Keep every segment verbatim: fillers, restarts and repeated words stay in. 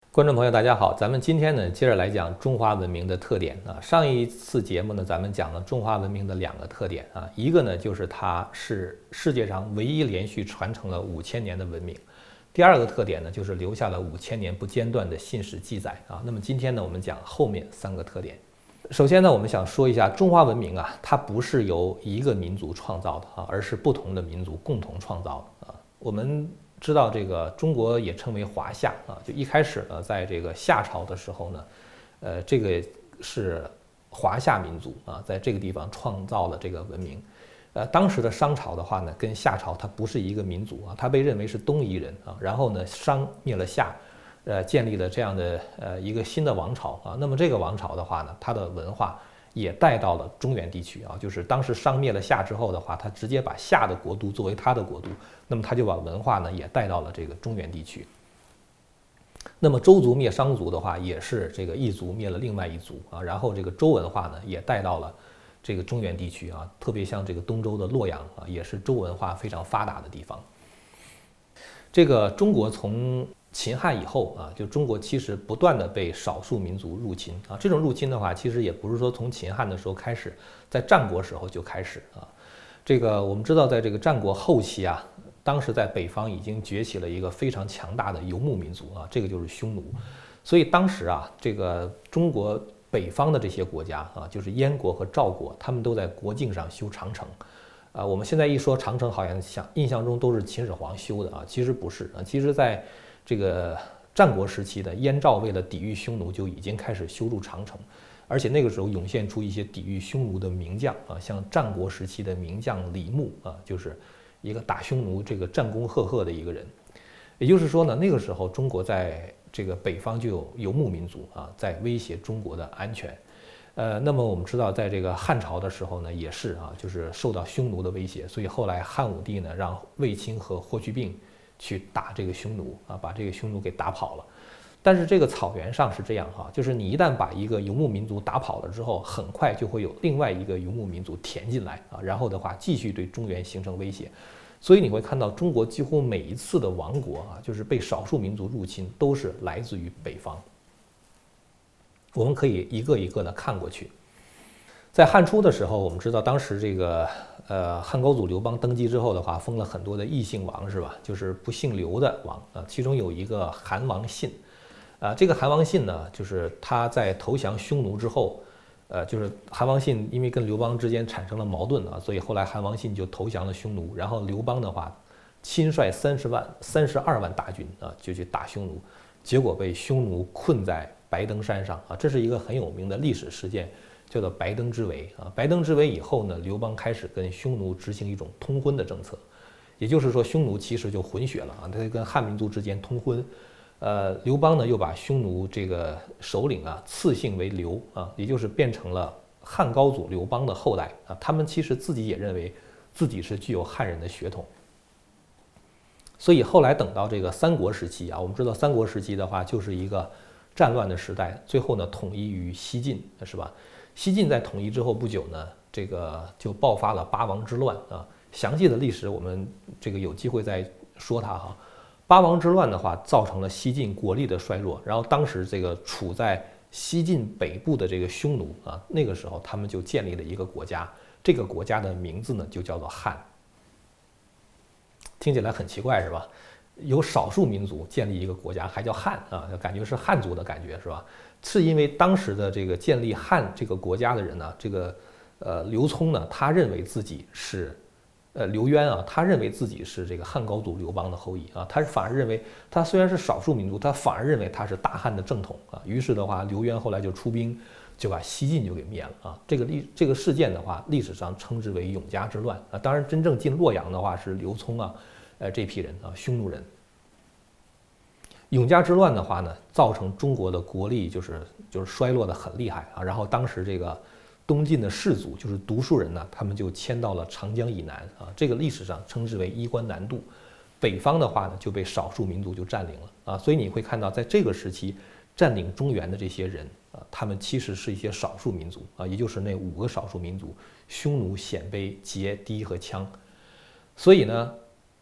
观众朋友，大家好，咱们今天呢接着来讲中华文明的特点啊。上一次节目呢，咱们讲了中华文明的两个特点啊，一个呢就是它是世界上唯一连续传承了五千年的文明，第二个特点呢就是留下了五千年不间断的信史记载啊。那么今天呢，我们讲后面三个特点。首先呢，我们想说一下中华文明啊，它不是由一个民族创造的啊，而是不同的民族共同创造的啊。我们知道这个中国也称为华夏啊，就一开始呢，在这个夏朝的时候呢，呃，这个是华夏民族啊，在这个地方创造了这个文明。呃，当时的商朝的话呢，跟夏朝它不是一个民族啊，它被认为是东夷人啊。然后呢，商灭了夏，呃，建立了这样的呃一个新的王朝啊。那么这个王朝的话呢，它的文化也带到了中原地区啊，就是当时商灭了夏之后的话，他直接把夏的国都作为他的国都，那么他就把文化呢也带到了这个中原地区。那么周族灭商族的话，也是这个一族灭了另外一族啊，然后这个周文化呢也带到了这个中原地区啊，特别像这个东周的洛阳啊，也是周文化非常发达的地方。这个中国从秦汉以后啊，就中国其实不断的被少数民族入侵啊。这种入侵的话，其实也不是说从秦汉的时候开始，在战国时候就开始啊。这个我们知道，在这个战国后期啊，当时在北方已经崛起了一个非常强大的游牧民族啊，这个就是匈奴。所以当时啊，这个中国北方的这些国家啊，就是燕国和赵国，他们都在国境上修长城。啊，我们现在一说长城，好像想印象中都是秦始皇修的啊，其实不是啊。其实，在这个战国时期的燕赵为了抵御匈奴，就已经开始修筑长城，而且那个时候涌现出一些抵御匈奴的名将啊，像战国时期的名将李牧啊，就是一个打匈奴这个战功赫赫的一个人。也就是说呢，那个时候中国在这个北方就有游牧民族啊，在威胁中国的安全。呃，那么我们知道，在这个汉朝的时候呢，也是啊，就是受到匈奴的威胁，所以后来汉武帝呢，让卫青和霍去病去打这个匈奴啊，把这个匈奴给打跑了。但是这个草原上是这样哈，就是你一旦把一个游牧民族打跑了之后，很快就会有另外一个游牧民族填进来啊，然后的话继续对中原形成威胁。所以你会看到，中国几乎每一次的亡国啊，就是被少数民族入侵，都是来自于北方。我们可以一个一个的看过去。在汉初的时候，我们知道当时这个呃汉高祖刘邦登基之后的话，封了很多的异姓王，是吧？就是不姓刘的王啊。其中有一个韩王信，啊，这个韩王信呢，就是他在投降匈奴之后，呃，就是韩王信因为跟刘邦之间产生了矛盾啊，所以后来韩王信就投降了匈奴。然后刘邦的话，亲率三十万、三十二万大军啊，就去打匈奴，结果被匈奴困在白登山上啊，这是一个很有名的历史事件，叫做白登之围啊。白登之围以后呢，刘邦开始跟匈奴执行一种通婚的政策，也就是说，匈奴其实就混血了啊，他跟汉民族之间通婚。呃，刘邦呢又把匈奴这个首领啊赐姓为刘啊，也就是变成了汉高祖刘邦的后代啊。他们其实自己也认为自己是具有汉人的血统。所以后来等到这个三国时期啊，我们知道三国时期的话就是一个战乱的时代，最后呢统一于西晋，是吧？西晋在统一之后不久呢，这个就爆发了八王之乱啊。详细的历史我们这个有机会再说它哈。八王之乱的话，造成了西晋国力的衰弱，然后当时这个处在西晋北部的这个匈奴啊，那个时候他们就建立了一个国家，这个国家的名字呢就叫做汉。听起来很奇怪是吧？有少数民族建立一个国家还叫汉啊，感觉是汉族的感觉是吧？是因为当时的这个建立汉这个国家的人呢，这个呃刘聪呢，他认为自己是呃刘渊啊，他认为自己是这个汉高祖刘邦的后裔啊，他反而认为他虽然是少数民族，他反而认为他是大汉的正统啊。于是的话，刘渊后来就出兵，就把西晋就给灭了啊。这个历这个事件的话，历史上称之为永嘉之乱啊。当然，真正进洛阳的话是刘聪啊，呃这批人啊，匈奴人。永嘉之乱的话呢，造成中国的国力就是就是衰落的很厉害啊。然后当时这个东晋的士族就是读书人呢，他们就迁到了长江以南啊，这个历史上称之为衣冠南渡。北方的话呢，就被少数民族就占领了啊。所以你会看到，在这个时期占领中原的这些人啊，他们其实是一些少数民族啊，也就是那五个少数民族：匈奴、鲜卑、羯、氐和羌。所以呢，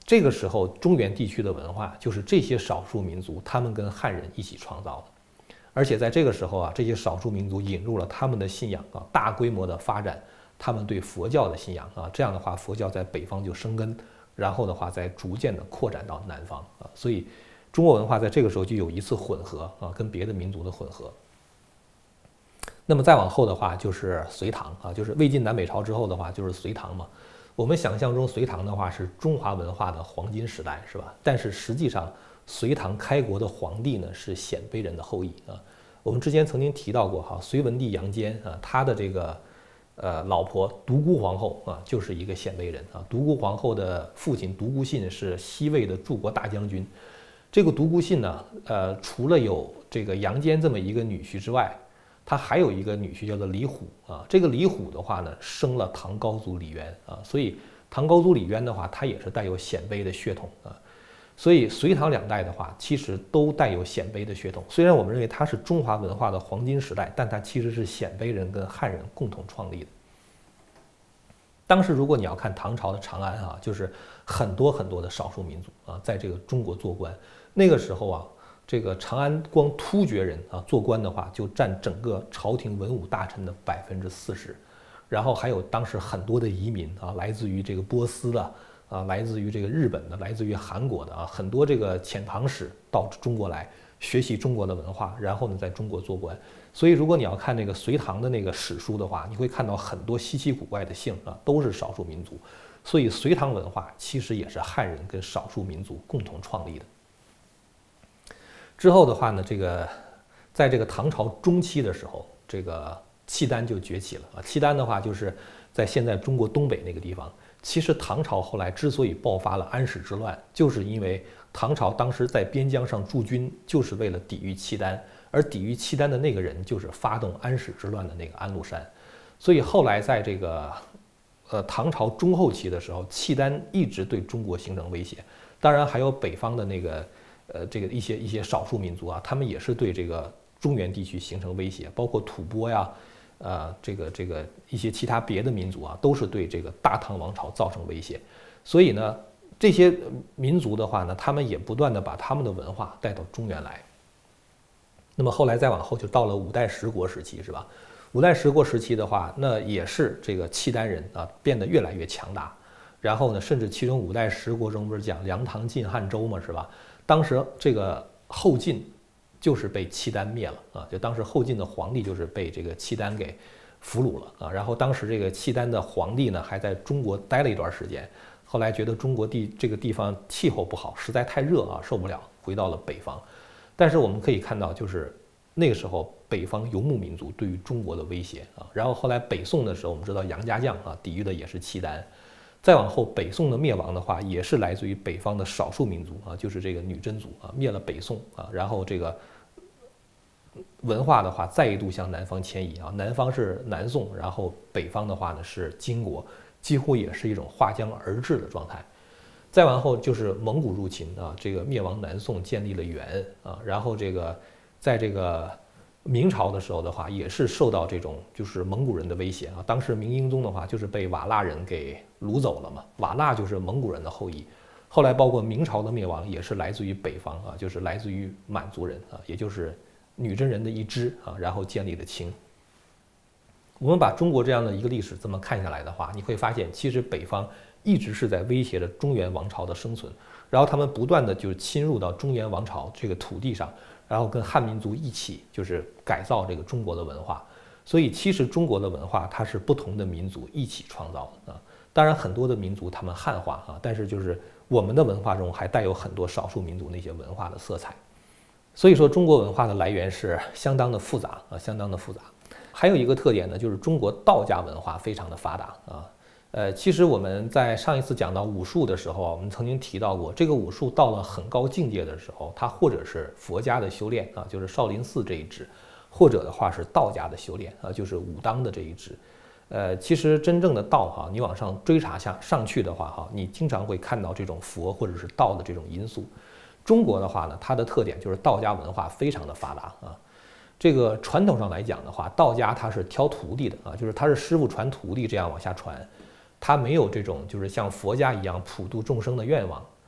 这个时候中原地区的文化就是这些少数民族他们跟汉人一起创造的，而且在这个时候啊，这些少数民族引入了他们的信仰啊，大规模的发展他们对佛教的信仰啊，这样的话佛教在北方就生根，然后的话再逐渐的扩展到南方啊，所以中国文化在这个时候就有一次混合啊，跟别的民族的混合。那么再往后的话就是隋唐啊，就是魏晋南北朝之后的话就是隋唐嘛。我们想象中隋唐的话是中华文化的黄金时代，是吧？但是实际上隋唐开国的皇帝呢是鲜卑人的后裔啊。我们之前曾经提到过哈，隋文帝杨坚啊，他的这个呃老婆独孤皇后啊就是一个鲜卑人啊。独孤皇后的父亲独孤信是西魏的柱国大将军。这个独孤信呢，呃，除了有这个杨坚这么一个女婿之外，他还有一个女婿叫做李虎啊。这个李虎的话呢，生了唐高祖李渊啊，所以唐高祖李渊的话，他也是带有鲜卑的血统啊。所以隋唐两代的话，其实都带有鲜卑的血统。虽然我们认为它是中华文化的黄金时代，但它其实是鲜卑人跟汉人共同创立的。当时如果你要看唐朝的长安啊，就是很多很多的少数民族啊，在这个中国做官。那个时候啊，这个长安光突厥人啊做官的话，就占整个朝廷文武大臣的百分之四十，然后还有当时很多的移民啊，来自于这个波斯的啊，来自于这个日本的，来自于韩国的啊，很多这个遣唐使到中国来学习中国的文化，然后呢在中国做官。所以如果你要看那个隋唐的那个史书的话，你会看到很多稀奇古怪的姓啊，都是少数民族。所以隋唐文化其实也是汉人跟少数民族共同创立的。之后的话呢，这个在这个唐朝中期的时候，这个契丹就崛起了啊。契丹的话就是在现在中国东北那个地方。其实唐朝后来之所以爆发了安史之乱，就是因为唐朝当时在边疆上驻军，就是为了抵御契丹，而抵御契丹的那个人就是发动安史之乱的那个安禄山。所以后来在这个呃唐朝中后期的时候，契丹一直对中国形成威胁。当然还有北方的那个呃这个一些一些少数民族啊，他们也是对这个中原地区形成威胁，包括吐蕃呀。呃，这个这个一些其他别的民族啊，都是对这个大唐王朝造成威胁。所以呢，这些民族的话呢，他们也不断的把他们的文化带到中原来。那么后来再往后就到了五代十国时期，是吧？五代十国时期的话，那也是这个契丹人啊变得越来越强大。然后呢，甚至其中五代十国中不是讲梁唐晋汉周嘛，是吧？当时这个后晋。就是被契丹灭了啊！就当时后晋的皇帝就是被这个契丹给俘虏了啊。然后当时这个契丹的皇帝呢，还在中国待了一段时间，后来觉得中国地这个地方气候不好，实在太热啊，受不了，回到了北方。但是我们可以看到，就是那个时候北方游牧民族对于中国的威胁啊。然后后来北宋的时候，我们知道杨家将啊，抵御的也是契丹。再往后，北宋的灭亡的话，也是来自于北方的少数民族啊，就是这个女真族啊，灭了北宋啊，然后这个文化的话，再一度向南方迁移啊，南方是南宋，然后北方的话呢是金国，几乎也是一种划江而治的状态。再往后就是蒙古入侵啊，这个灭亡南宋，建立了元啊，然后这个在这个明朝的时候的话，也是受到这种就是蒙古人的威胁啊。当时明英宗的话就是被瓦剌人给掳走了嘛，瓦剌就是蒙古人的后裔。后来包括明朝的灭亡也是来自于北方啊，就是来自于满族人啊，也就是女真人的一支啊，然后建立了清。我们把中国这样的一个历史这么看下来的话，你会发现其实北方一直是在威胁着中原王朝的生存，然后他们不断的就是侵入到中原王朝这个土地上。然后跟汉民族一起就是改造这个中国的文化，所以其实中国的文化它是不同的民族一起创造的啊。当然很多的民族他们汉化啊，但是就是我们的文化中还带有很多少数民族那些文化的色彩。所以说中国文化的来源是相当的复杂啊，相当的复杂。还有一个特点呢，就是中国道家文化非常的发达啊。呃，其实我们在上一次讲到武术的时候，我们曾经提到过，这个武术到了很高境界的时候，它或者是佛家的修炼啊，就是少林寺这一支，或者的话是道家的修炼啊，就是武当的这一支。呃，其实真正的道哈，你往上追查下上去的话哈，你经常会看到这种佛或者是道的这种因素。中国的话呢，它的特点就是道家文化非常的发达啊。这个传统上来讲的话，道家它是挑徒弟的啊，就是他是师傅传徒弟这样往下传。他没有这种就是像佛家一样普度众生的愿望，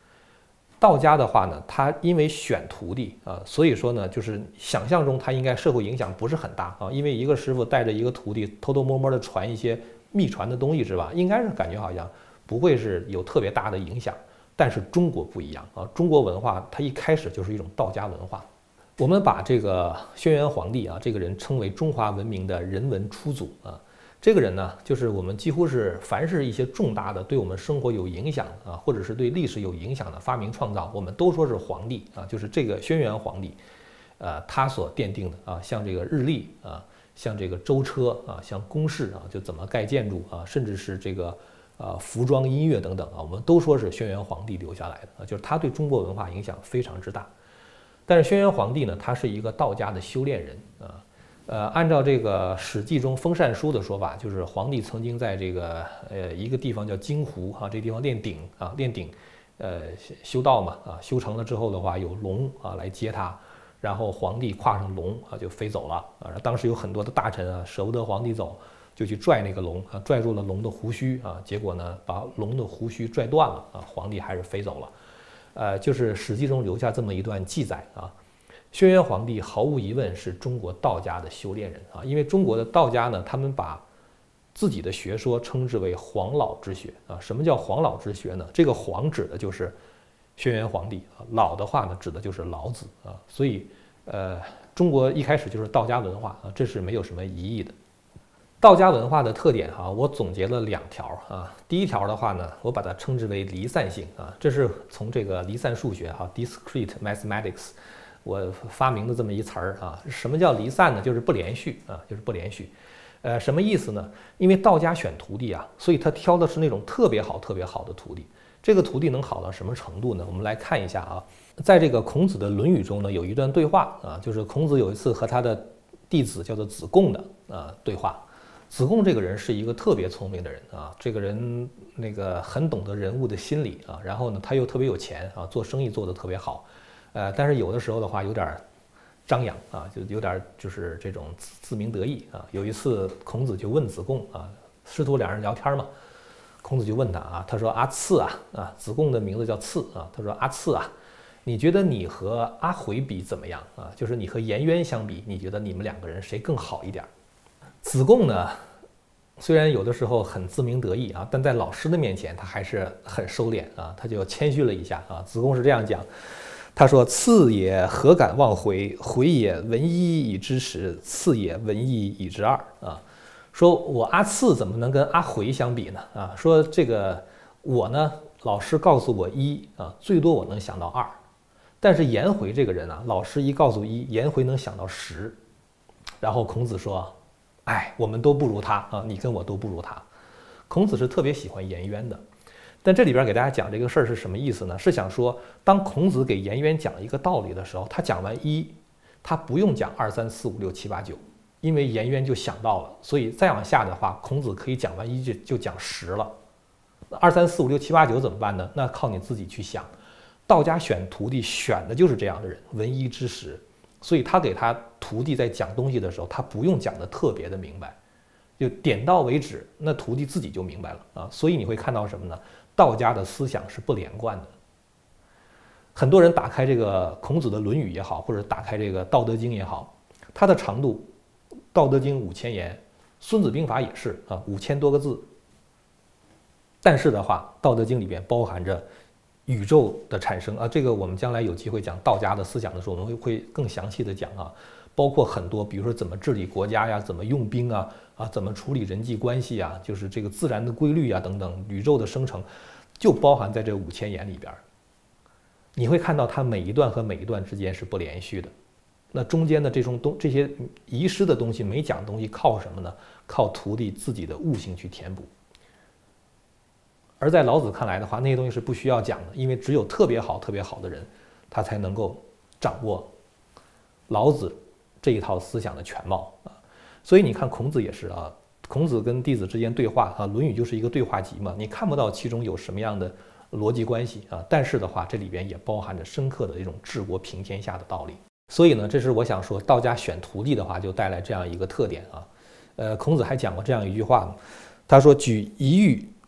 道家的话呢，他因为选徒弟啊，所以说呢，就是想象中他应该社会影响不是很大啊，因为一个师傅带着一个徒弟偷偷摸摸的传一些秘传的东西是吧？应该是感觉好像不会是有特别大的影响。但是中国不一样啊，中国文化它一开始就是一种道家文化。我们把这个轩辕黄帝啊，这个人称为中华文明的人文初祖啊。这个人呢，就是我们几乎是凡是一些重大的对我们生活有影响啊，或者是对历史有影响的发明创造，我们都说是黄帝啊，就是这个轩辕黄帝，呃，他所奠定的啊，像这个日历啊，像这个舟车啊，像宫室啊，就怎么盖建筑啊，甚至是这个呃服装、音乐等等啊，我们都说是轩辕黄帝留下来的啊，就是他对中国文化影响非常之大。但是轩辕黄帝呢，他是一个道家的修炼人啊。呃，按照这个《史记》中《封禅书》的说法，就是黄帝曾经在这个呃一个地方叫金湖啊，这地方炼鼎啊，炼鼎，呃修道嘛啊，修成了之后的话，有龙啊来接他，然后黄帝跨上龙啊就飞走了啊。当时有很多的大臣啊舍不得黄帝走，就去拽那个龙啊，拽住了龙的胡须啊，结果呢把龙的胡须拽断了啊，黄帝还是飞走了。呃，就是《史记》中留下这么一段记载啊。轩辕黄帝毫无疑问是中国道家的修炼人啊，因为中国的道家呢，他们把自己的学说称之为黄老之学啊。什么叫黄老之学呢？这个黄指的就是轩辕黄帝啊，老的话呢指的就是老子啊。所以呃，中国一开始就是道家文化啊，这是没有什么疑义的。道家文化的特点哈、啊，我总结了两条啊。第一条的话呢，我把它称之为离散性啊，这是从这个离散数学哈、啊、（discrete mathematics）。我发明的这么一词儿啊，什么叫离散呢？就是不连续啊，就是不连续。呃，什么意思呢？因为道家选徒弟啊，所以他挑的是那种特别好、特别好的徒弟。这个徒弟能好到什么程度呢？我们来看一下啊，在这个孔子的《论语》中呢，有一段对话啊，就是孔子有一次和他的弟子叫做子贡的啊对话。子贡这个人是一个特别聪明的人啊，这个人那个很懂得人物的心理啊，然后呢，他又特别有钱啊，做生意做得特别好。呃，但是有的时候的话有点张扬啊，就有点就是这种自自鸣得意啊。有一次孔子就问子贡啊，师徒两人聊天嘛，孔子就问他啊，他说阿次啊啊，子贡的名字叫次啊，他说阿次啊，你觉得你和阿回比怎么样啊？就是你和颜渊相比，你觉得你们两个人谁更好一点？子贡呢，虽然有的时候很自鸣得意啊，但在老师的面前他还是很收敛啊，他就谦虚了一下啊。子贡是这样讲。他说：“次也何敢忘回？回也闻一以知十，次也闻一以知二。”啊，说我阿次怎么能跟阿回相比呢？啊，说这个我呢，老师告诉我一啊，最多我能想到二，但是颜回这个人啊，老师一告诉一，颜回能想到十。然后孔子说：“哎，我们都不如他啊，你跟我都不如他。”孔子是特别喜欢颜渊的。但这里边给大家讲这个事儿是什么意思呢？是想说，当孔子给颜渊讲一个道理的时候，他讲完一，他不用讲二三四五六七八九，因为颜渊就想到了，所以再往下的话，孔子可以讲完一就就讲十了。二三四五六七八九怎么办呢？那靠你自己去想。道家选徒弟选的就是这样的人，闻一知十，所以他给他徒弟在讲东西的时候，他不用讲的特别的明白，就点到为止，那徒弟自己就明白了啊。所以你会看到什么呢？道家的思想是不连贯的。很多人打开这个孔子的《论语》也好，或者打开这个《道德经》也好，它的长度，《道德经》五千言，《孙子兵法》也是啊，五千多个字。但是的话，《道德经》里边包含着宇宙的产生啊，这个我们将来有机会讲道家的思想的时候，我们会更详细的讲啊，包括很多，比如说怎么治理国家呀，怎么用兵啊。啊，怎么处理人际关系啊？就是这个自然的规律啊，等等，宇宙的生成，就包含在这五千言里边。你会看到它每一段和每一段之间是不连续的，那中间的这种东这些遗失的东西、没讲的东西，靠什么呢？靠徒弟自己的悟性去填补。而在老子看来的话，那些东西是不需要讲的，因为只有特别好、特别好的人，他才能够掌握老子这一套思想的全貌啊。所以你看孔子也是啊，孔子跟弟子之间对话啊，《论语》就是一个对话集嘛，你看不到其中有什么样的逻辑关系啊，但是的话，这里边也包含着深刻的一种治国平天下的道理。所以呢，这是我想说，道家选徒弟的话，就带来这样一个特点啊。呃，孔子还讲过这样一句话，他说：“举一隅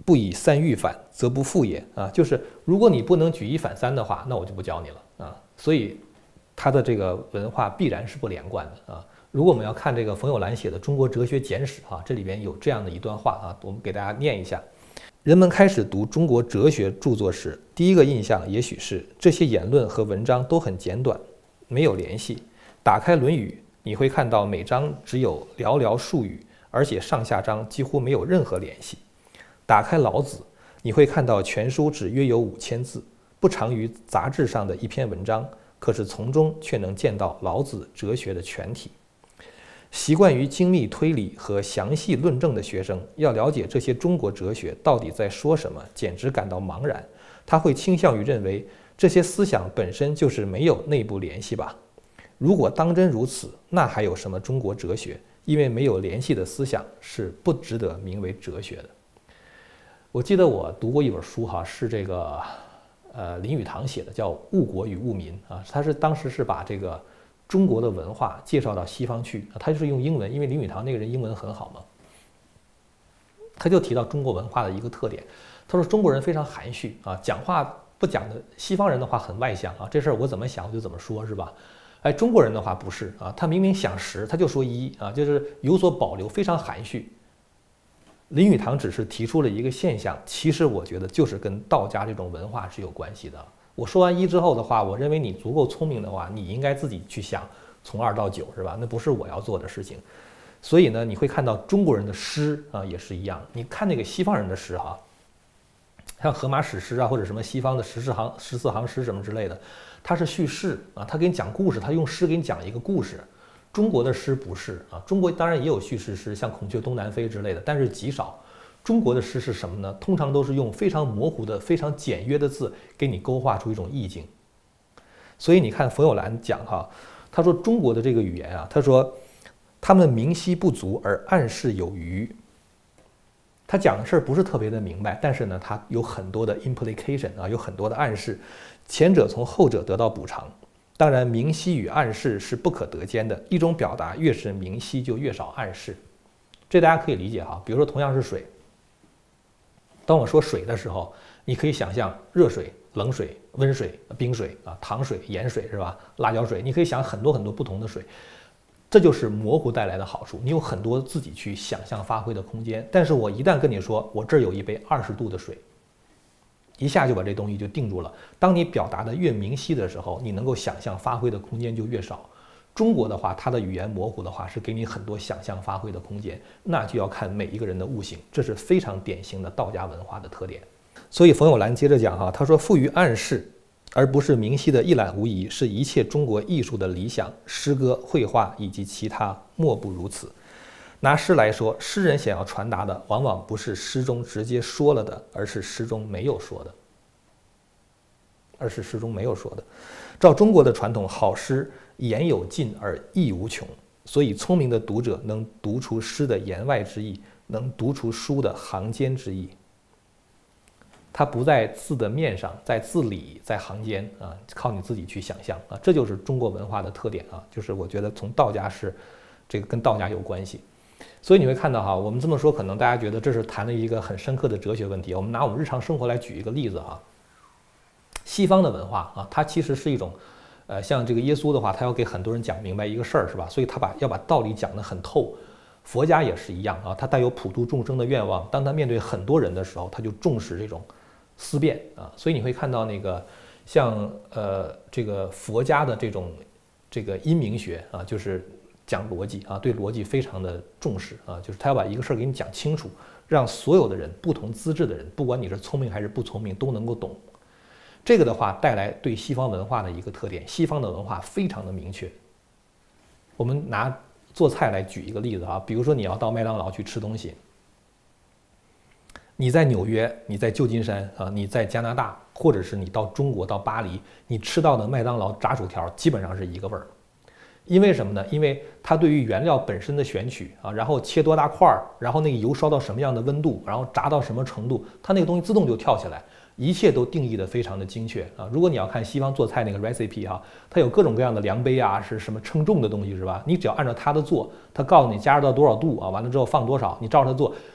不以三御反，则不复也啊。就是如果你不能举一反三的话，那我就不教你了啊。所以它的这个文化必然是不连贯的啊。如果我们要看这个冯友兰写的《中国哲学简史》啊，这里边有这样的一段话啊，我们给大家念一下。人们开始读中国哲学著作时，第一个印象也许是这些言论和文章都很简短，没有联系。打开《论语》，你会看到每章只有寥寥数语，而且上下章几乎没有任何联系。打开《老子》，你会看到全书只约有五千字，不长于杂志上的一篇文章，可是从中却能见到老子哲学的全体。习惯于精密推理和详细论证的学生，要了解这些中国哲学到底在说什么，简直感到茫然。他会倾向于认为这些思想本身就是没有内部联系吧。如果当真如此，那还有什么中国哲学？因为没有联系的思想是不值得名为哲学的。我记得我读过一本书哈，是这个呃林语堂写的，叫《误国与误民》啊。他是当时是把这个中国的文化介绍到西方去，他就是用英文，因为林语堂那个人英文很好嘛。他就提到中国文化的一个特点，他说中国人非常含蓄啊，讲话不讲的，西方人的话很外向啊，这事儿我怎么想我就怎么说，是吧？哎，中国人的话不是啊，他明明想十，他就说一啊，就是有所保留，非常含蓄。林语堂只是提出了一个现象，其实我觉得就是跟道家这种文化是有关系的。我说完一之后的话，我认为你足够聪明的话，你应该自己去想从二到九，是吧？那不是我要做的事情。所以呢，你会看到中国人的诗啊也是一样。你看那个西方人的诗哈，像荷马史诗啊，或者什么西方的十四行十四行诗什么之类的，它是叙事啊，他给你讲故事，他用诗给你讲一个故事。中国的诗不是啊，中国当然也有叙事诗，像孔雀东南飞之类的，但是极少。中国的诗是什么呢？通常都是用非常模糊的、非常简约的字给你勾画出一种意境。所以你看冯友兰讲哈，他说中国的这个语言啊，他说他们明晰不足而暗示有余。他讲的事儿不是特别的明白，但是呢，他有很多的 implication 啊，有很多的暗示，前者从后者得到补偿。当然，明晰与暗示是不可得兼的，一种表达越是明晰就越少暗示，这大家可以理解哈。比如说同样是水，当我说水的时候，你可以想象热水、冷水、温水、冰水啊、糖水、盐水是吧？辣椒水，你可以想很多很多不同的水，这就是模糊带来的好处，你有很多自己去想象发挥的空间。但是我一旦跟你说，我这儿有一杯二十度的水，一下就把这东西就定住了。当你表达的越明晰的时候，你能够想象发挥的空间就越少。中国的话，它的语言模糊的话，是给你很多想象发挥的空间，那就要看每一个人的悟性，这是非常典型的道家文化的特点。所以冯友兰接着讲哈，他说富于暗示而不是明晰的一览无遗，是一切中国艺术的理想，诗歌、绘画以及其他莫不如此。拿诗来说，诗人想要传达的往往不是诗中直接说了的，而是诗中没有说的，而是诗中没有说的。照中国的传统，好诗言有尽而意无穷，所以聪明的读者能读出诗的言外之意，能读出书的行间之意。它不在字的面上，在字里，在行间啊，靠你自己去想象啊，这就是中国文化的特点啊，就是我觉得从道家是这个跟道家有关系。所以你会看到哈，我们这么说，可能大家觉得这是谈了一个很深刻的哲学问题。我们拿我们日常生活来举一个例子哈，西方的文化啊，它其实是一种，呃，像这个耶稣的话，他要给很多人讲明白一个事儿，是吧？所以他把要把道理讲得很透。佛家也是一样啊，他带有普度众生的愿望，当他面对很多人的时候，他就重视这种思辨啊。所以你会看到那个像呃这个佛家的这种这个因明学啊，就是讲逻辑啊，对逻辑非常的重视啊，就是他要把一个事儿给你讲清楚，让所有的人，不同资质的人，不管你是聪明还是不聪明，都能够懂。这个的话带来对西方文化的一个特点，西方的文化非常的明确。我们拿做菜来举一个例子啊，比如说你要到麦当劳去吃东西，你在纽约，你在旧金山啊，你在加拿大，或者是你到中国到巴黎，你吃到的麦当劳炸薯条基本上是一个味儿。因为什么呢？因为它对于原料本身的选取啊，然后切多大块儿，然后那个油烧到什么样的温度，然后炸到什么程度，它那个东西自动就跳起来，一切都定义的非常的精确啊。如果你要看西方做菜那个 recipe 哈，它有各种各样的量杯啊，是什么称重的东西是吧？你只要按照它的做，它告诉你加热到多少度啊，完了之后放多少，你照着它做，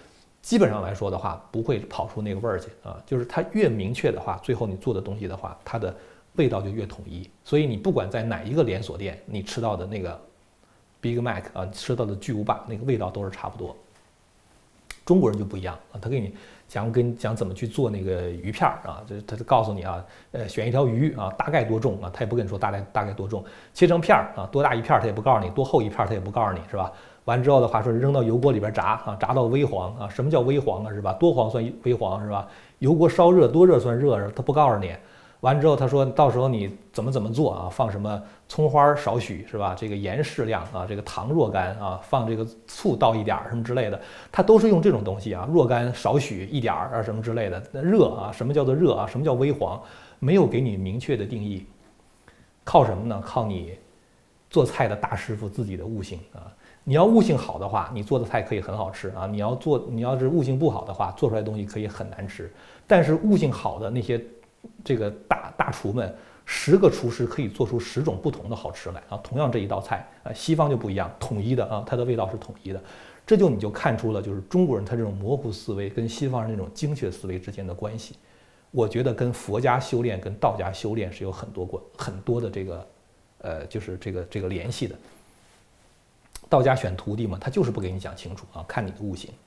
基本上来说的话，不会跑出那个味儿去啊。就是它越明确的话，最后你做的东西的话，它的味道就越统一。所以你不管在哪一个连锁店，你吃到的那个 Big Mac 啊，吃到的巨无霸那个味道都是差不多。中国人就不一样啊，他给你讲跟讲怎么去做那个鱼片儿啊，这他就告诉你啊，呃，选一条鱼啊，大概多重啊，他也不跟你说大概大概多重，切成片儿啊，多大一片儿他也不告诉你，多厚一片儿他也不告诉你，是吧？完之后的话说扔到油锅里边炸啊，炸到微黄啊，什么叫微黄啊，是吧？多黄算微黄是吧？油锅烧热多热算热，他不告诉你。完之后他说到时候你怎么怎么做啊，放什么葱花少许是吧？这个盐适量啊，这个糖若干啊，放这个醋倒一点儿什么之类的，他都是用这种东西啊，若干少许一点儿啊什么之类的。热啊，什么叫做热啊？什么叫微黄？没有给你明确的定义，靠什么呢？靠你做菜的大师傅自己的悟性啊。你要悟性好的话，你做的菜可以很好吃啊。你要做你要是悟性不好的话，做出来的东西可以很难吃。但是悟性好的那些这个大大厨们，十个厨师可以做出十种不同的好吃来啊。同样这一道菜啊，西方就不一样，统一的啊，它的味道是统一的。这就你就看出了，就是中国人他这种模糊思维跟西方人那种精确思维之间的关系。我觉得跟佛家修炼跟道家修炼是有很多关很多的这个呃，就是这个这个联系的。道家选徒弟嘛，他就是不给你讲清楚啊，看你的悟性。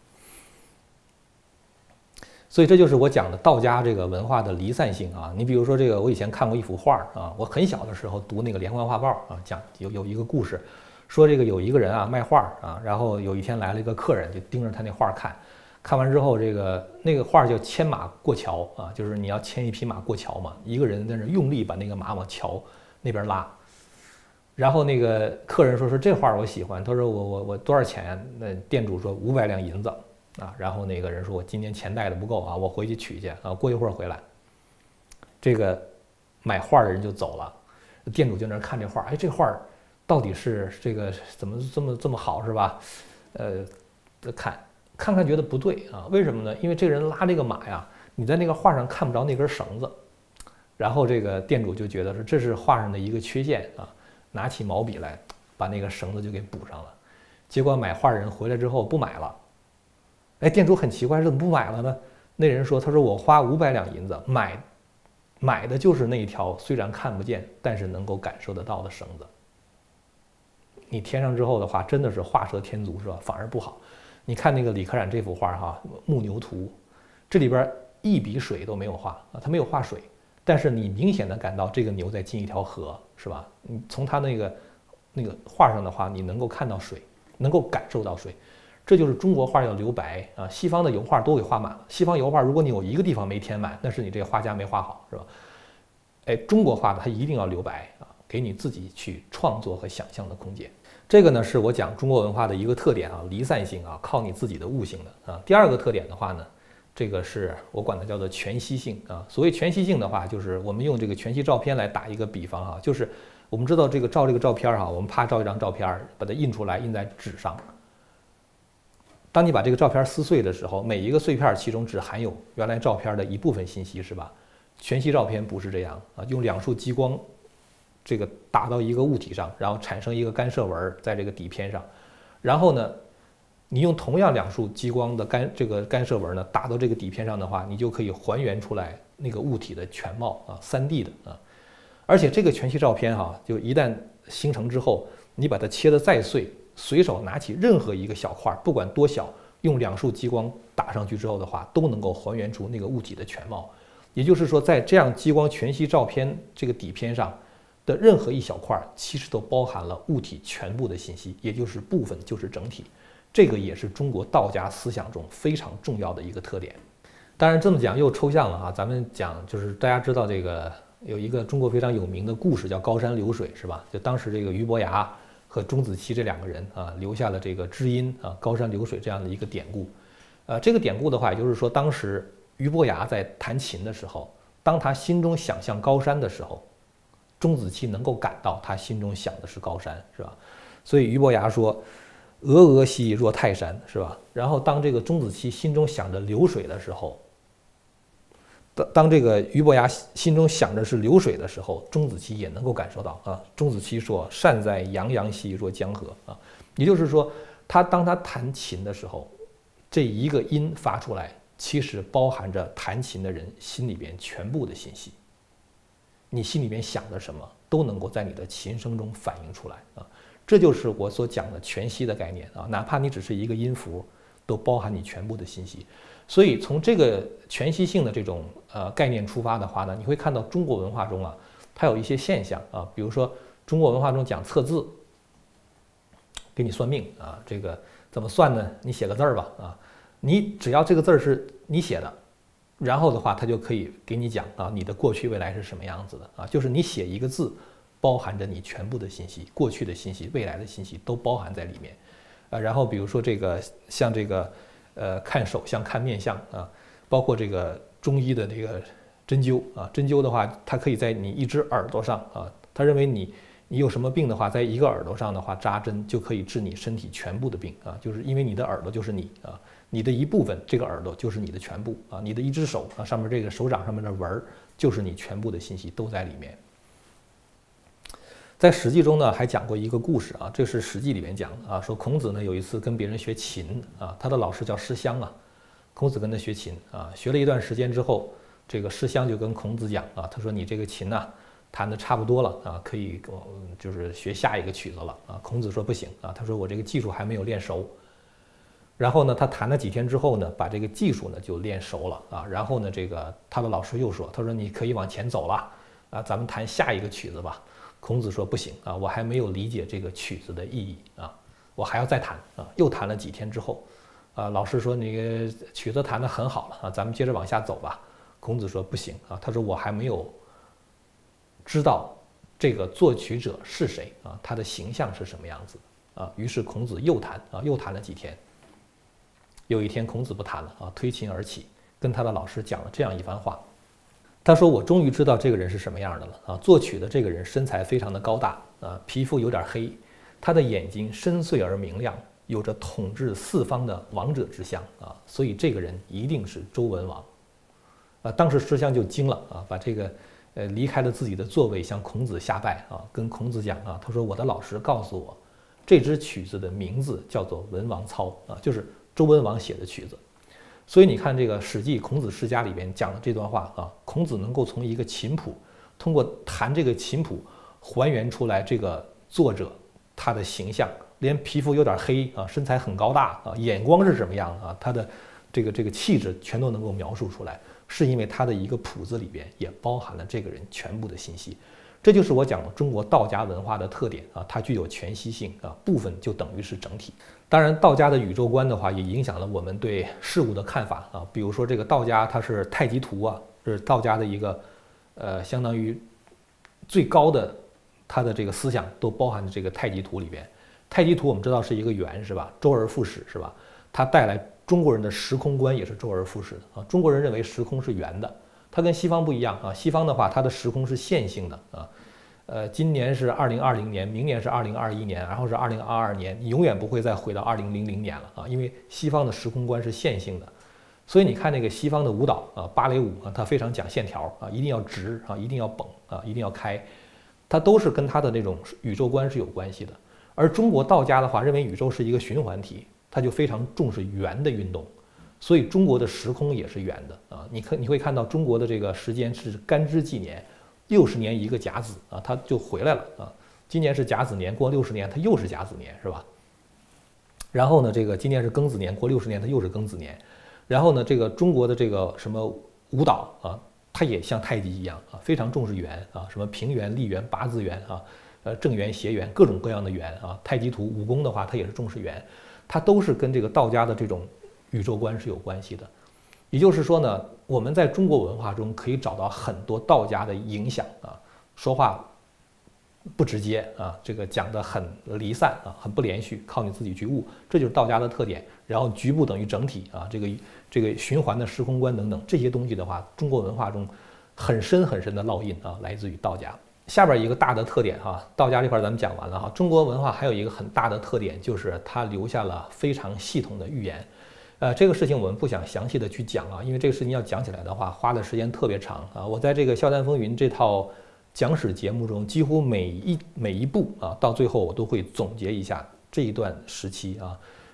所以这就是我讲的道家这个文化的离散性啊。你比如说这个，我以前看过一幅画啊，我很小的时候读那个连环画报啊，讲有有一个故事，说这个有一个人啊卖画啊，然后有一天来了一个客人，就盯着他那画看，看完之后这个那个画叫牵马过桥啊，就是你要牵一匹马过桥嘛，一个人在那用力把那个马往桥那边拉。然后那个客人说说这画我喜欢，他说我我我多少钱？那店主说五百两银子啊。然后那个人说我今年钱带的不够啊，我回去取去啊，过一会儿回来。这个买画的人就走了，店主就在那看这画，哎，这画到底是这个怎么这么这么好是吧？呃，看看看觉得不对啊，为什么呢？因为这个人拉这个马呀，你在那个画上看不着那根绳子。然后这个店主就觉得说这是画上的一个缺陷啊。拿起毛笔来，把那个绳子就给补上了。结果买画人回来之后不买了。哎，店主很奇怪，怎么不买了呢？那人说：“他说我花五百两银子买，买的就是那一条虽然看不见，但是能够感受得到的绳子。你添上之后的话，真的是画蛇添足，是吧？反而不好。你看那个李可染这幅画哈，《牧牛图》，这里边一笔水都没有画啊，他没有画水。”但是你明显的感到这个牛在进一条河，是吧？你从它那个那个画上的话，你能够看到水，能够感受到水，这就是中国画要留白啊。西方的油画都给画满了，西方油画如果你有一个地方没填满，那是你这个画家没画好，是吧？哎，中国画的它一定要留白啊，给你自己去创作和想象的空间。这个呢是我讲中国文化的一个特点啊，离散性啊，靠你自己的悟性的啊。第二个特点的话呢。这个是我管它叫做全息性啊。所谓全息性的话，就是我们用这个全息照片来打一个比方哈，就是我们知道这个照这个照片哈，我们啪照一张照片，把它印出来，印在纸上。当你把这个照片撕碎的时候，每一个碎片其中只含有原来照片的一部分信息，是吧？全息照片不是这样啊，用两束激光，这个打到一个物体上，然后产生一个干涉纹在这个底片上，然后呢。你用同样两束激光的干这个干涉纹呢，打到这个底片上的话，你就可以还原出来那个物体的全貌啊，三 D 的啊。而且这个全息照片哈、啊，就一旦形成之后，你把它切得再碎，随手拿起任何一个小块，不管多小，用两束激光打上去之后的话，都能够还原出那个物体的全貌。也就是说，在这样激光全息照片这个底片上的任何一小块，其实都包含了物体全部的信息，也就是部分就是整体。这个也是中国道家思想中非常重要的一个特点。当然这么讲又抽象了啊，咱们讲就是大家知道这个有一个中国非常有名的故事叫高山流水，是吧？就当时这个俞伯牙和钟子期这两个人啊，留下了这个知音啊高山流水这样的一个典故。呃，这个典故的话，也就是说当时俞伯牙在弹琴的时候，当他心中想象高山的时候，钟子期能够感到他心中想的是高山，是吧？所以俞伯牙说。峨峨兮若泰山，是吧？然后当这个钟子期心中想着流水的时候，当当这个俞伯牙心中想着是流水的时候，钟子期也能够感受到啊。钟子期说：“善哉洋洋兮若江河啊。”也就是说，他当他弹琴的时候， 这一个音发出来，其实包含着弹琴的人心里边全部的信息。你心里边想的什么，都能够在你的琴声中反映出来啊。这就是我所讲的全息的概念啊，哪怕你只是一个音符，都包含你全部的信息。所以从这个全息性的这种呃概念出发的话呢，你会看到中国文化中啊，它有一些现象啊，比如说中国文化中讲测字，给你算命啊，这个怎么算呢？你写个字儿吧啊，你只要这个字儿是你写的，然后的话，它就可以给你讲啊，你的过去未来是什么样子的啊，就是你写一个字，包含着你全部的信息，过去的信息、未来的信息都包含在里面，啊，然后比如说这个像这个呃看手相、看面相啊，包括这个中医的这个针灸啊，针灸的话，它可以在你一只耳朵上啊，他认为你你有什么病的话，在一个耳朵上的话扎针就可以治你身体全部的病啊，就是因为你的耳朵就是你啊，你的一部分，这个耳朵就是你的全部啊，你的一只手啊，上面这个手掌上面的纹儿就是你全部的信息都在里面。在《史记》中呢，还讲过一个故事啊，这是《史记》里面讲的啊，说孔子呢有一次跟别人学琴啊，他的老师叫师襄啊，孔子跟他学琴啊，学了一段时间之后，这个师襄就跟孔子讲啊，他说你这个琴呐、啊。弹的差不多了啊，可以就是学下一个曲子了啊。孔子说不行啊，他说我这个技术还没有练熟。然后呢，他弹了几天之后呢，把这个技术呢就练熟了啊。然后呢，这个他的老师又说，他说你可以往前走了啊，咱们弹下一个曲子吧。孔子说不行啊，我还没有理解这个曲子的意义啊，我还要再弹啊。又弹了几天之后，啊，老师说那个曲子弹得很好了啊，咱们接着往下走吧。孔子说不行啊，他说我还没有知道这个作曲者是谁啊，他的形象是什么样子啊？于是孔子又弹啊，又弹了几天。有一天，孔子不弹了啊，推琴而起，跟他的老师讲了这样一番话。他说：“我终于知道这个人是什么样的了啊！作曲的这个人身材非常的高大啊，皮肤有点黑，他的眼睛深邃而明亮，有着统治四方的王者之相啊，所以这个人一定是周文王。”啊，当时师襄就惊了啊，把这个。呃，离开了自己的座位，向孔子下拜啊，跟孔子讲啊，他说我的老师告诉我，这支曲子的名字叫做《文王操》啊，就是周文王写的曲子。所以你看这个《史记·孔子世家》里边讲的这段话啊，孔子能够从一个琴谱，通过弹这个琴谱，还原出来这个作者他的形象，连皮肤有点黑啊，身材很高大啊，眼光是什么样啊，他的这个这个气质全都能够描述出来。是因为它的一个谱子里边也包含了这个人全部的信息，这就是我讲的中国道家文化的特点啊，它具有全息性啊，部分就等于是整体。当然，道家的宇宙观的话，也影响了我们对事物的看法啊。比如说这个道家它是太极图啊，是道家的一个呃相当于最高的，它的这个思想都包含在这个太极图里边。太极图我们知道是一个圆是吧？周而复始是吧？它带来。中国人的时空观也是周而复始的啊。中国人认为时空是圆的，它跟西方不一样啊。西方的话，它的时空是线性的啊。呃，今年是二零二零年，明年是二零二一年，然后是二零二二年，你永远不会再回到二零零零年了啊。因为西方的时空观是线性的，所以你看那个西方的舞蹈啊，芭蕾舞啊，它非常讲线条啊，一定要直啊，一定要绷啊，一定要开，它都是跟它的那种宇宙观是有关系的。而中国道家的话，认为宇宙是一个循环体。他就非常重视圆的运动，所以中国的时空也是圆的啊。你可你会看到中国的这个时间是干支纪年，六十年一个甲子啊，它就回来了啊。今年是甲子年，过六十年它又是甲子年，是吧？然后呢，这个今年是庚子年，过六十年它又是庚子年。然后呢，这个中国的这个什么舞蹈啊，它也像太极一样啊，非常重视圆啊，什么平圆、立圆、八字圆啊，呃正圆、斜圆，各种各样的圆啊。太极图武功的话，它也是重视圆。它都是跟这个道家的这种宇宙观是有关系的，也就是说呢，我们在中国文化中可以找到很多道家的影响啊，说话不直接啊，这个讲得很离散啊，很不连续，靠你自己去悟，这就是道家的特点。然后局部等于整体啊，这个这个循环的时空观等等这些东西的话，中国文化中很深很深的烙印啊，来自于道家。下边一个大的特点哈，道家这块咱们讲完了哈。中国文化还有一个很大的特点，就是它留下了非常系统的寓言。呃，这个事情我们不想详细的去讲啊，因为这个事情要讲起来的话，花的时间特别长啊。我在这个《笑谈风云》这套讲史节目中，几乎每一每一步啊，到最后我都会总结一下这一段时期啊，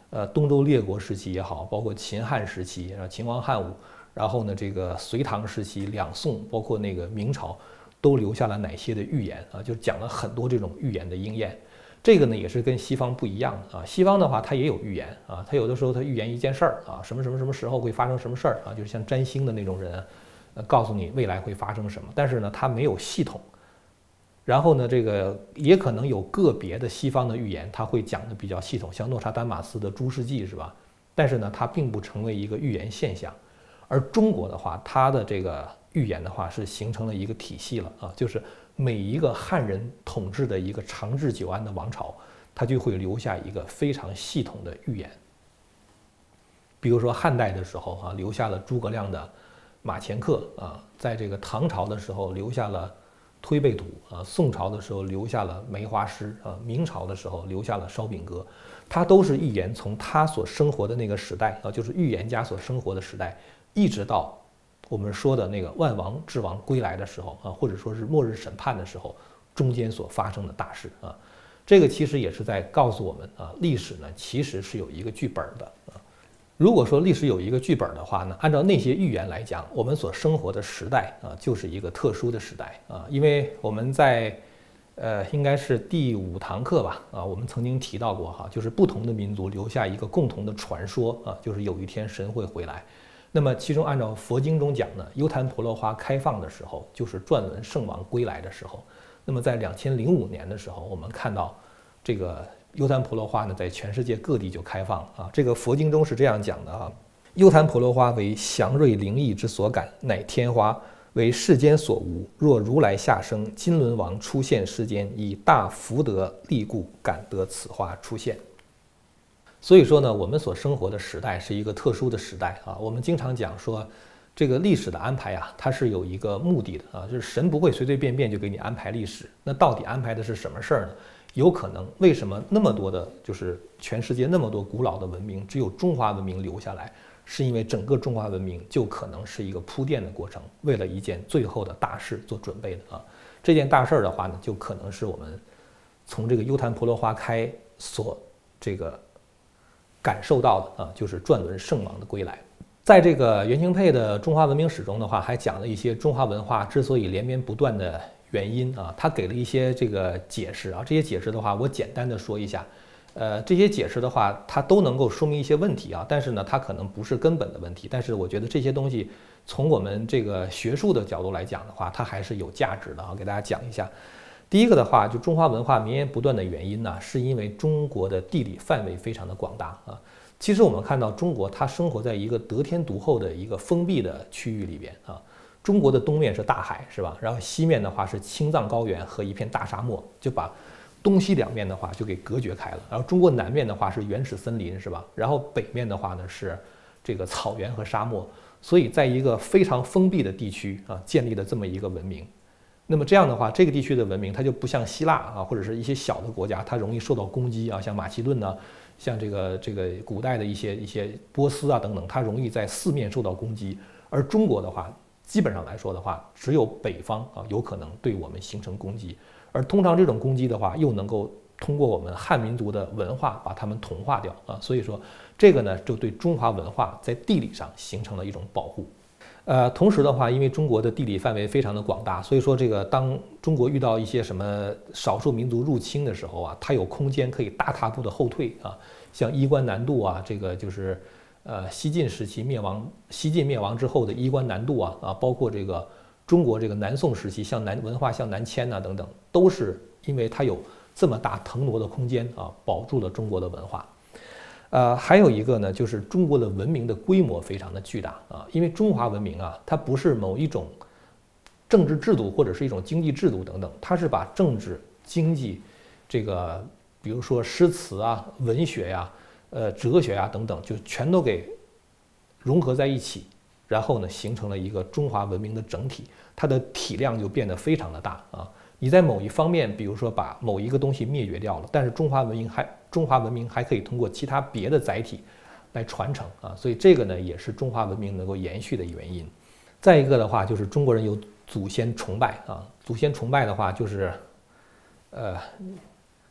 呃东周列国时期也好，包括秦汉时期啊，秦王汉武，然后呢这个隋唐时期、两宋，包括那个明朝，都留下了哪些的预言啊？就讲了很多这种预言的应验。这个呢也是跟西方不一样的啊，西方的话它也有预言啊，它有的时候它预言一件事儿啊，什么什么什么时候会发生什么事儿啊，就是像占星的那种人，呃，告诉你未来会发生什么，但是呢它没有系统。然后呢，这个也可能有个别的西方的预言，它会讲的比较系统，像诺查丹马斯的诸世纪是吧？但是呢，它并不成为一个预言现象。而中国的话，它的这个预言的话是形成了一个体系了啊，就是每一个汉人统治的一个长治久安的王朝，它就会留下一个非常系统的预言。比如说汉代的时候啊，留下了诸葛亮的马前课啊，在这个唐朝的时候留下了推背图啊，宋朝的时候留下了梅花诗啊，明朝的时候留下了烧饼歌，它都是预言从他所生活的那个时代啊，就是预言家所生活的时代，一直到我们说的那个万王之王归来的时候啊，或者说是末日审判的时候，中间所发生的大事啊，这个其实也是在告诉我们啊，历史呢其实是有一个剧本的啊。如果说历史有一个剧本的话呢，按照那些预言来讲，我们所生活的时代啊，就是一个特殊的时代啊，因为我们在呃应该是第五堂课吧啊，我们曾经提到过哈，就是不同的民族留下一个共同的传说啊，就是有一天神会回来。那么其中按照佛经中讲呢，优昙婆罗花开放的时候，就是转轮圣王归来的时候。那么在两千零五年的时候，我们看到这个优昙婆罗花呢，在全世界各地就开放啊。这个佛经中是这样讲的啊：优昙婆罗花为祥瑞灵异之所感，乃天花，为世间所无。若如来下生，金轮王出现世间，以大福德力故，感得此花出现。所以说呢，我们所生活的时代是一个特殊的时代啊。我们经常讲说，这个历史的安排啊，它是有一个目的的啊，就是神不会随随便便就给你安排历史。那到底安排的是什么事儿呢？有可能为什么那么多的，就是全世界那么多古老的文明，只有中华文明留下来，是因为整个中华文明就可能是一个铺垫的过程，为了一件最后的大事做准备的啊。这件大事儿的话呢，就可能是我们从这个优昙婆罗花开所这个感受到的啊，就是转轮圣王的归来。在这个袁清沛的《中华文明史》中的话，还讲了一些中华文化之所以连绵不断的原因啊，他给了一些这个解释啊。这些解释的话，我简单的说一下。呃，这些解释的话，它都能够说明一些问题啊，但是呢，它可能不是根本的问题。但是我觉得这些东西从我们这个学术的角度来讲的话，它还是有价值的啊，给大家讲一下。第一个的话，就中华文化绵延不断的原因呢，是因为中国的地理范围非常的广大啊。其实我们看到中国，它生活在一个得天独厚的一个封闭的区域里边啊。中国的东面是大海，是吧？然后西面的话是青藏高原和一片大沙漠，就把东西两面的话就给隔绝开了。然后中国南面的话是原始森林，是吧？然后北面的话呢是这个草原和沙漠。所以在一个非常封闭的地区啊，建立了这么一个文明。那么这样的话，这个地区的文明它就不像希腊啊，或者是一些小的国家，它容易受到攻击啊，像马其顿呢。像这个这个古代的一些一些波斯啊等等，它容易在四面受到攻击。而中国的话，基本上来说的话，只有北方啊有可能对我们形成攻击。而通常这种攻击的话，又能够通过我们汉民族的文化把它们同化掉啊。所以说这个呢，就对中华文化在地理上形成了一种保护。呃，同时的话，因为中国的地理范围非常的广大，所以说这个当中国遇到一些什么少数民族入侵的时候啊，它有空间可以大踏步的后退啊。像衣冠南渡啊，这个就是呃西晋时期灭亡，西晋灭亡之后的衣冠南渡啊啊，包括这个中国这个南宋时期向南文化向南迁呐、啊、等等，都是因为它有这么大腾挪的空间啊，保住了中国的文化。呃，还有一个呢，就是中国的文明的规模非常的巨大啊，因为中华文明啊，它不是某一种政治制度或者是一种经济制度等等，它是把政治、经济，这个比如说诗词啊、文学呀、呃哲学呀等等，就全都给融合在一起，然后呢，形成了一个中华文明的整体，它的体量就变得非常的大啊。你在某一方面，比如说把某一个东西灭绝掉了，但是中华文明还中华文明还可以通过其他别的载体来传承啊，所以这个呢也是中华文明能够延续的原因。再一个的话，就是中国人有祖先崇拜啊，祖先崇拜的话就是，呃，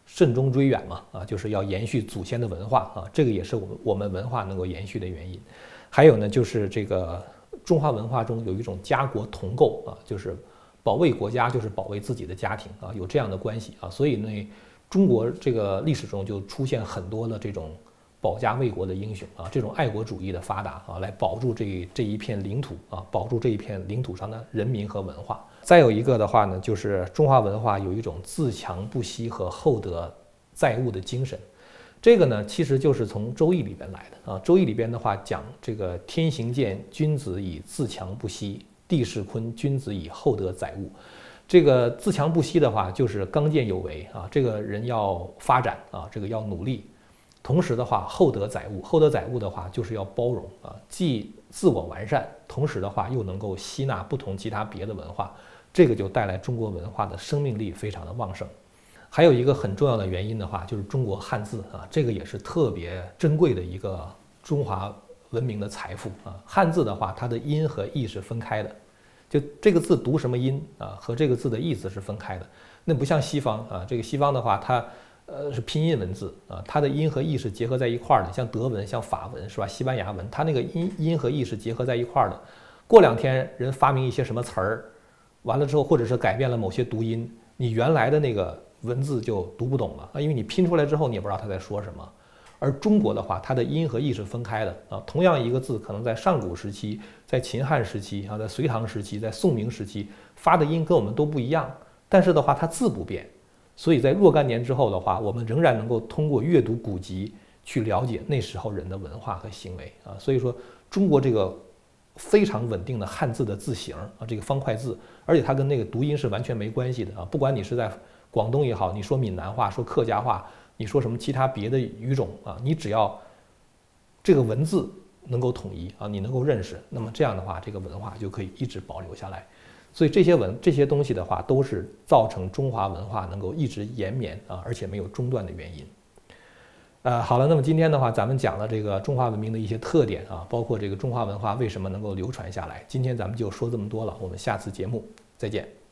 慎终追远嘛，啊，就是要延续祖先的文化啊，这个也是我们我们文化能够延续的原因。还有呢，就是这个中华文化中有一种家国同构啊，就是保卫国家就是保卫自己的家庭啊，有这样的关系啊，所以呢，中国这个历史中就出现很多的这种保家卫国的英雄啊，这种爱国主义的发达啊，来保住这这一片领土啊，保住这一片领土上的人民和文化。再有一个的话呢，就是中华文化有一种自强不息和厚德载物的精神。这个呢，其实就是从《周易》里边来的啊。《周易》里边的话讲这个天行健，君子以自强不息；地势坤，君子以厚德载物。这个自强不息的话，就是刚健有为啊，这个人要发展啊，这个要努力。同时的话，厚德载物，厚德载物的话就是要包容啊，既自我完善，同时的话又能够吸纳不同其他别的文化，这个就带来中国文化的生命力非常的旺盛。还有一个很重要的原因的话，就是中国汉字啊，这个也是特别珍贵的一个中华文明的财富啊。汉字的话，它的音和义是分开的，就这个字读什么音啊，和这个字的意思是分开的。那不像西方啊，这个西方的话，它呃是拼音文字啊，它的音和义是结合在一块儿的。像德文、像法文是吧？西班牙文，它那个音音和义是结合在一块儿的。过两天人发明一些什么词儿，完了之后，或者是改变了某些读音，你原来的那个文字就读不懂了啊，因为你拼出来之后，你也不知道他在说什么。而中国的话，它的音和义是分开的啊。同样一个字，可能在上古时期、在秦汉时期啊、在隋唐时期、在宋明时期发的音跟我们都不一样，但是的话，它字不变。所以在若干年之后的话，我们仍然能够通过阅读古籍去了解那时候人的文化和行为啊。所以说，中国这个非常稳定的汉字的字形啊，这个方块字，而且它跟那个读音是完全没关系的啊。不管你是在广东也好，你说闽南话、说客家话，你说什么其他别的语种啊，你只要这个文字能够统一啊，你能够认识，那么这样的话，这个文化就可以一直保留下来。所以这些文这些东西的话，都是造成中华文化能够一直延绵啊，而且没有中断的原因。呃，好了，那么今天的话，咱们讲了这个中华文明的一些特点啊，包括这个中华文化为什么能够流传下来。今天咱们就说这么多了，我们下次节目再见。